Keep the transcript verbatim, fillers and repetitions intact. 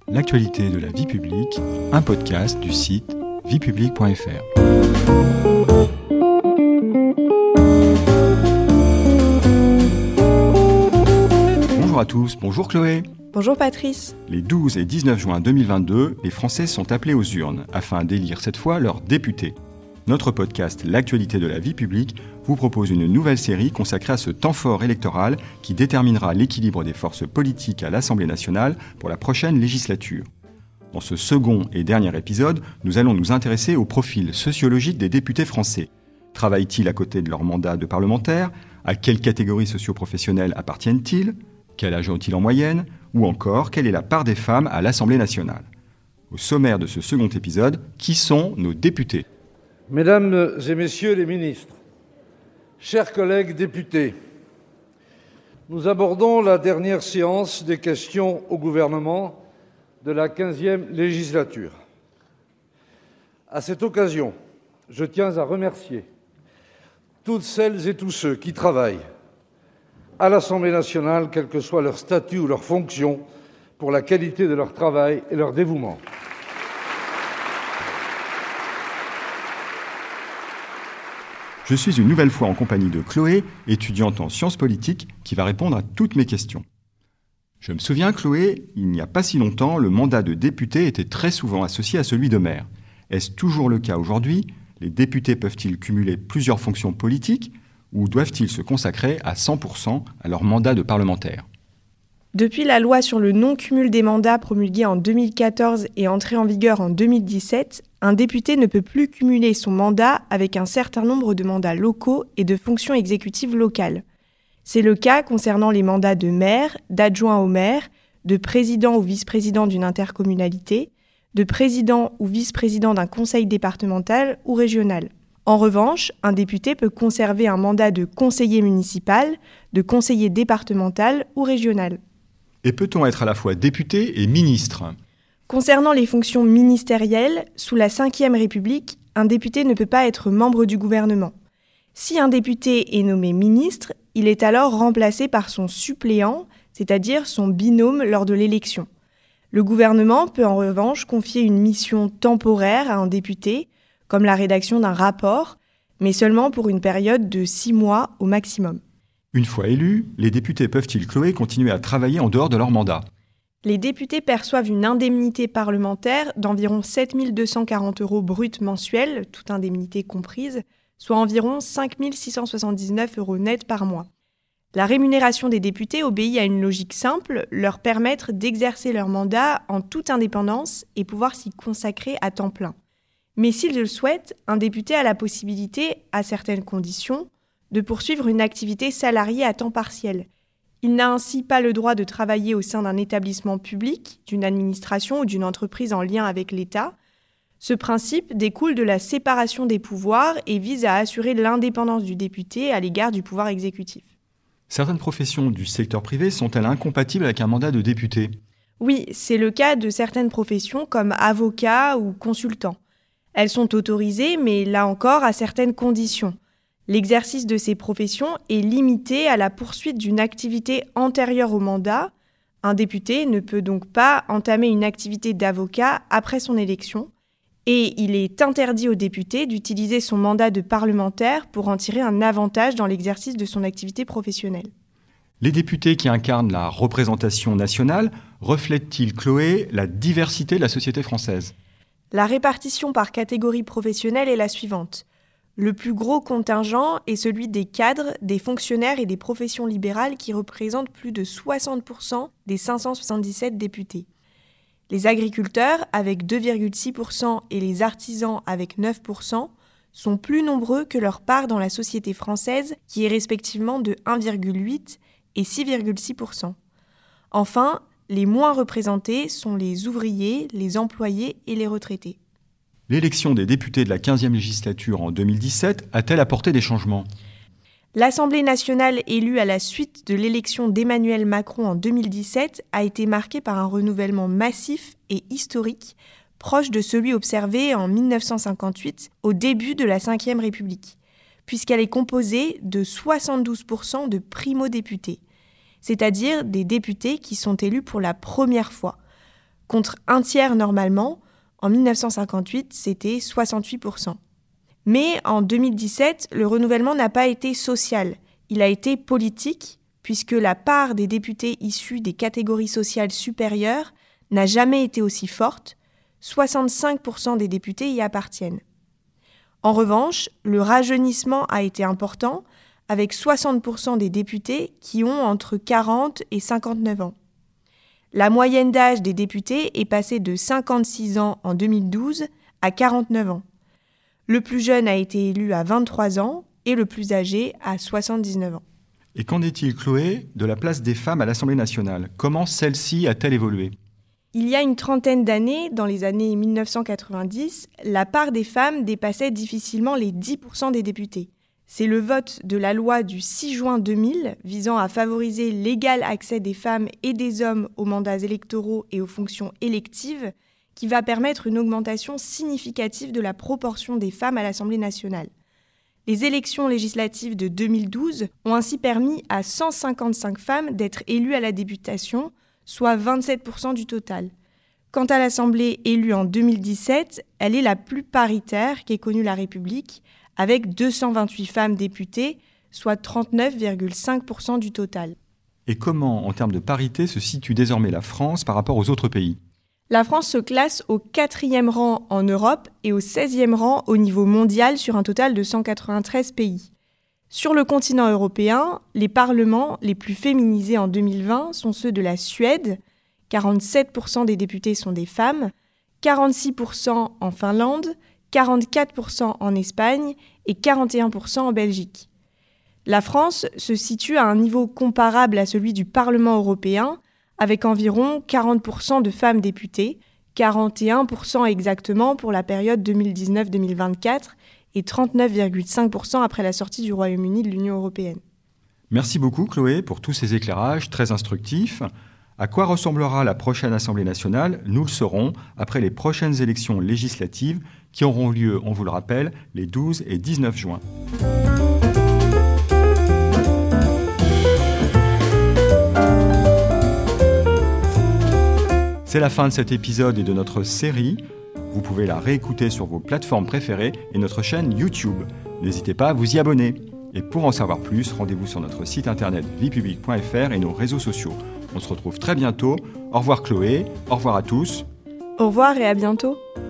L'actualité de la vie publique, un podcast du site vie publique point f r. Bonjour à tous, bonjour Chloé. Bonjour Patrice. Les douze et dix-neuf juin deux mille vingt-deux, les Français sont appelés aux urnes afin d'élire cette fois leurs députés. Notre podcast L'actualité de la vie publique vous propose une nouvelle série consacrée à ce temps fort électoral qui déterminera l'équilibre des forces politiques à l'Assemblée nationale pour la prochaine législature. Dans ce second et dernier épisode, nous allons nous intéresser au profil sociologique des députés français. Travaillent-ils à côté de leur mandat de parlementaire ? À quelle catégorie socio-professionnelle appartiennent-ils ? Quel âge ont-ils en moyenne ? Ou encore, quelle est la part des femmes à l'Assemblée nationale ? Au sommaire de ce second épisode, qui sont nos députés ? Mesdames et messieurs les ministres, chers collègues députés, nous abordons la dernière séance des questions au gouvernement de la quinzième législature. À cette occasion, je tiens à remercier toutes celles et tous ceux qui travaillent à l'Assemblée nationale, quel que soit leur statut ou leur fonction, pour la qualité de leur travail et leur dévouement. Je suis une nouvelle fois en compagnie de Chloé, étudiante en sciences politiques, qui va répondre à toutes mes questions. Je me souviens, Chloé, il n'y a pas si longtemps, le mandat de député était très souvent associé à celui de maire. Est-ce toujours le cas aujourd'hui ? Les députés peuvent-ils cumuler plusieurs fonctions politiques ou doivent-ils se consacrer à cent pour cent à leur mandat de parlementaire ? Depuis la loi sur le non-cumul des mandats promulguée en deux mille quatorze et entrée en vigueur en deux mille dix-sept, un député ne peut plus cumuler son mandat avec un certain nombre de mandats locaux et de fonctions exécutives locales. C'est le cas concernant les mandats de maire, d'adjoint au maire, de président ou vice-président d'une intercommunalité, de président ou vice-président d'un conseil départemental ou régional. En revanche, un député peut conserver un mandat de conseiller municipal, de conseiller départemental ou régional. Et peut-on être à la fois député et ministre ? Concernant les fonctions ministérielles, sous la cinquième République, un député ne peut pas être membre du gouvernement. Si un député est nommé ministre, il est alors remplacé par son suppléant, c'est-à-dire son binôme lors de l'élection. Le gouvernement peut en revanche confier une mission temporaire à un député, comme la rédaction d'un rapport, mais seulement pour une période de six mois au maximum. Une fois élus, les députés peuvent-ils, Chloé, continuer à travailler en dehors de leur mandat ? Les députés perçoivent une indemnité parlementaire d'environ sept mille deux cent quarante euros bruts mensuels, toute indemnité comprise, soit environ cinq mille six cent soixante-dix-neuf euros nets par mois. La rémunération des députés obéit à une logique simple, leur permettre d'exercer leur mandat en toute indépendance et pouvoir s'y consacrer à temps plein. Mais s'il le souhaite, un député a la possibilité, à certaines conditions, de poursuivre une activité salariée à temps partiel. Il n'a ainsi pas le droit de travailler au sein d'un établissement public, d'une administration ou d'une entreprise en lien avec l'État. Ce principe découle de la séparation des pouvoirs et vise à assurer l'indépendance du député à l'égard du pouvoir exécutif. Certaines professions du secteur privé sont-elles incompatibles avec un mandat de député ? Oui, c'est le cas de certaines professions comme avocat ou consultant. Elles sont autorisées, mais là encore à certaines conditions. L'exercice de ces professions est limité à la poursuite d'une activité antérieure au mandat. Un député ne peut donc pas entamer une activité d'avocat après son élection et il est interdit au député d'utiliser son mandat de parlementaire pour en tirer un avantage dans l'exercice de son activité professionnelle. Les députés qui incarnent la représentation nationale reflètent-ils, Chloé, la diversité de la société française ? La répartition par catégorie professionnelle est la suivante. Le plus gros contingent est celui des cadres, des fonctionnaires et des professions libérales qui représentent plus de soixante pour cent des cinq cent soixante-dix-sept députés. Les agriculteurs, avec deux virgule six pour cent, et les artisans, avec neuf pour cent, sont plus nombreux que leur part dans la société française, qui est respectivement de un virgule huit et six virgule six pour cent. Enfin, les moins représentés sont les ouvriers, les employés et les retraités. L'élection des députés de la quinzième législature en deux mille dix-sept a-t-elle apporté des changements ? L'Assemblée nationale élue à la suite de l'élection d'Emmanuel Macron en deux mille dix-sept a été marquée par un renouvellement massif et historique, proche de celui observé en dix-neuf cent cinquante-huit, au début de la cinquième République, puisqu'elle est composée de soixante-douze pour cent de primo-députés, c'est-à-dire des députés qui sont élus pour la première fois. contre un tiers normalement. En dix-neuf cent cinquante-huit, c'était soixante-huit pour cent. Mais en deux mille dix-sept, le renouvellement n'a pas été social, il a été politique, puisque la part des députés issus des catégories sociales supérieures n'a jamais été aussi forte, soixante-cinq pour cent des députés y appartiennent. En revanche, le rajeunissement a été important, avec soixante pour cent des députés qui ont entre quarante et cinquante-neuf ans. La moyenne d'âge des députés est passée de cinquante-six ans en deux mille douze à quarante-neuf ans. Le plus jeune a été élu à vingt-trois ans et le plus âgé à soixante-dix-neuf ans. Et qu'en est-il, Chloé, de la place des femmes à l'Assemblée nationale ? Comment celle-ci a-t-elle évolué ? Il y a une trentaine d'années, dans les années dix-neuf cent quatre-vingt-dix, la part des femmes dépassait difficilement les dix pour cent des députés. C'est le vote de la loi du six juin deux mille visant à favoriser l'égal accès des femmes et des hommes aux mandats électoraux et aux fonctions électives qui va permettre une augmentation significative de la proportion des femmes à l'Assemblée nationale. Les élections législatives de deux mille douze ont ainsi permis à cent cinquante-cinq femmes d'être élues à la députation, soit vingt-sept pour cent du total. Quant à l'Assemblée élue en deux mille dix-sept, elle est la plus paritaire qu'ait connue la République, avec deux cent vingt-huit femmes députées, soit trente-neuf virgule cinq pour cent du total. Et comment, en termes de parité, se situe désormais la France par rapport aux autres pays ? La France se classe au quatrième rang en Europe et au seizième rang au niveau mondial sur un total de cent quatre-vingt-treize pays. Sur le continent européen, les parlements les plus féminisés en deux mille vingt sont ceux de la Suède, quarante-sept pour cent des députés sont des femmes, quarante-six pour cent en Finlande, quarante-quatre pour cent en Espagne et quarante et un pour cent en Belgique. La France se situe à un niveau comparable à celui du Parlement européen, avec environ quarante pour cent de femmes députées, quarante et un pour cent exactement pour la période deux mille dix-neuf deux mille vingt-quatre et trente-neuf virgule cinq pour cent après la sortie du Royaume-Uni de l'Union européenne. Merci beaucoup Chloé pour tous ces éclairages très instructifs. À quoi ressemblera la prochaine Assemblée nationale ? Nous le saurons après les prochaines élections législatives qui auront lieu, on vous le rappelle, les douze et dix-neuf juin. C'est la fin de cet épisode et de notre série. Vous pouvez la réécouter sur vos plateformes préférées et notre chaîne YouTube. N'hésitez pas à vous y abonner. Et pour en savoir plus, rendez-vous sur notre site internet vie publique point f r et nos réseaux sociaux. On se retrouve très bientôt. Au revoir Chloé, au revoir à tous. Au revoir et à bientôt.